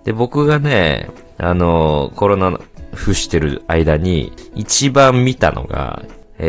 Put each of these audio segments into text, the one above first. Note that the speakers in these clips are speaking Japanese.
で、僕がね、コロナ付してる間に、一番見たのが、ウ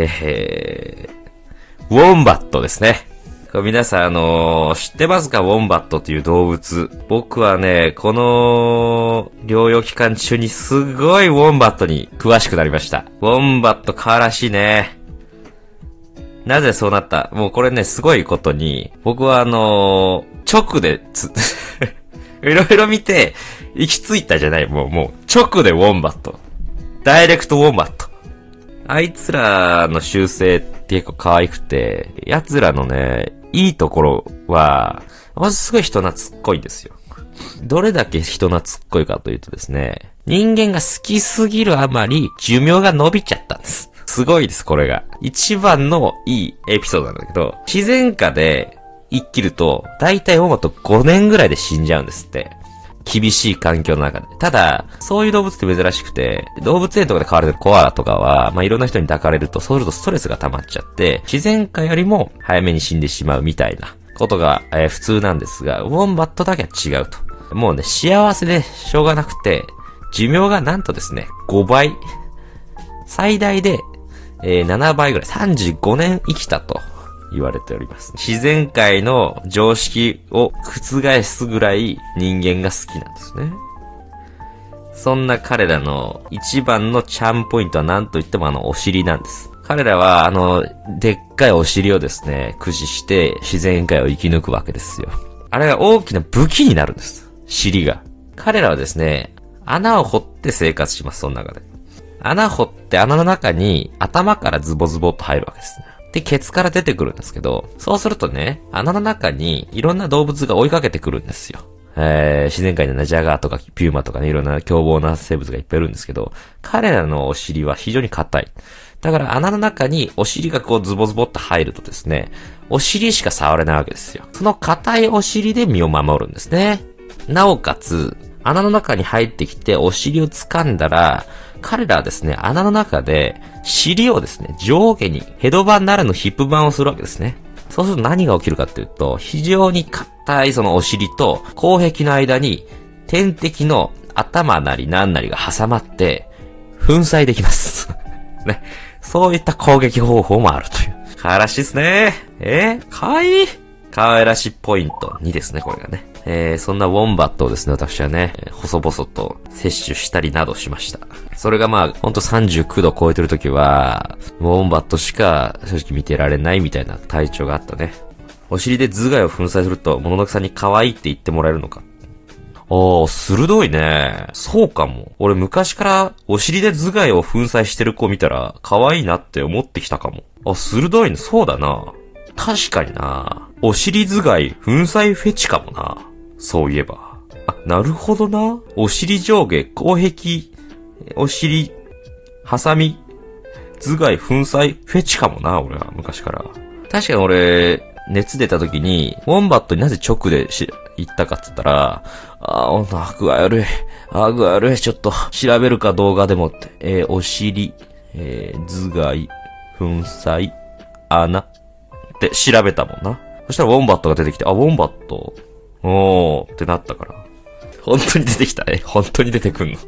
ォンバットですね。皆さん、知ってますか？ウォンバットという動物。僕はね、この療養期間中にすごいウォンバットに詳しくなりました。ウォンバット可愛らしいね。なぜそうなった？もうこれね、すごいことに、僕は直でいろいろ見て、行き着いたじゃない。もう直でウォンバット。ダイレクトウォンバット。あいつらの習性って結構可愛くて、奴らのね、いいところは、まずすごい人懐っこいんですよ。どれだけ人懐っこいかというとですね、人間が好きすぎるあまり寿命が伸びちゃったんです。すごいです、これが。一番のいいエピソードなんだけど、自然界で生きると、だいたいウォンバット5年ぐらいで死んじゃうんですって。厳しい環境の中で。ただ、そういう動物って珍しくて、動物園とかで飼われてるコアラとかは、いろんな人に抱かれると、そうするとストレスが溜まっちゃって、自然界よりも早めに死んでしまうみたいなことが、普通なんですが、ウォンバットだけは違うと。もうね、幸せでしょうがなくて、寿命がなんとですね、5倍。最大で、7倍ぐらい、35年生きたと言われております。自然界の常識を覆すぐらい人間が好きなんですね。そんな彼らの一番のチャームポイントは何と言ってもお尻なんです。彼らはでっかいお尻をですね、駆使して自然界を生き抜くわけですよ。あれが大きな武器になるんです。尻が。彼らはですね、穴を掘って生活します、その中で。穴掘って穴の中に頭からズボズボっと入るわけですね。で、ケツから出てくるんですけど、そうするとね、穴の中にいろんな動物が追いかけてくるんですよ。自然界にはジャガーとかピューマとかね、いろんな凶暴な生物がいっぱいいるんですけど、彼らのお尻は非常に硬い。だから穴の中にお尻がこうズボズボっと入るとですね、お尻しか触れないわけですよ。その硬いお尻で身を守るんですね。なおかつ、穴の中に入ってきてお尻を掴んだら、彼らはですね、穴の中で尻をですね、上下にヘドバンならぬヒップバンをするわけですね。そうすると何が起きるかっていうと、非常に硬いそのお尻と口壁の間に天敵の頭なり何なりが挟まって粉砕できます。ね。そういった攻撃方法もあるという。可愛らしいですね。可愛い。可愛らしいポイント2ですね、これがね。そんなウォンバットをですね、私はね、細々と摂取したりなどしました。それがほんと39度超えてるときは、ウォンバットしか正直見てられないみたいな体調があったね。お尻で頭蓋を粉砕すると、もののけさんに可愛いって言ってもらえるのか。鋭いね。そうかも。俺昔からお尻で頭蓋を粉砕してる子見たら、可愛いなって思ってきたかも。鋭いね。そうだな。確かにな。お尻頭蓋粉砕フェチかもな。そういえば。なるほどな。お尻上下、口壁、お尻、ハサミ、頭蓋粉砕フェチかもな、俺は昔から。確かに俺、熱出た時に、ウォンバットになぜ直で行ったかって言ったら、具合悪い。具合悪い。ちょっと、調べるか動画でもって。お尻、頭蓋、粉砕、穴。って調べたもんな。そしたらウォンバットが出てきて、ウォンバット。ってなったから。本当に出てきたね。本当に出てくんの。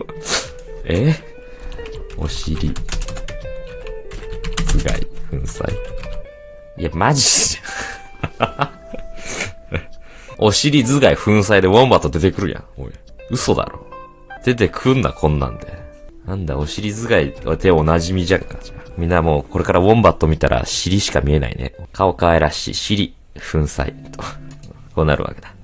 お尻、頭蓋、粉砕。いや、マジお尻頭蓋粉砕でウォンバット出てくるやん。おい、嘘だろ。出てくんな、こんなんで。なんだ、お尻頭蓋でお馴染みじゃんか。みんなもう、これからウォンバット見たら尻しか見えないね。顔可愛らしい、尻、粉砕と。こうなるわけだ。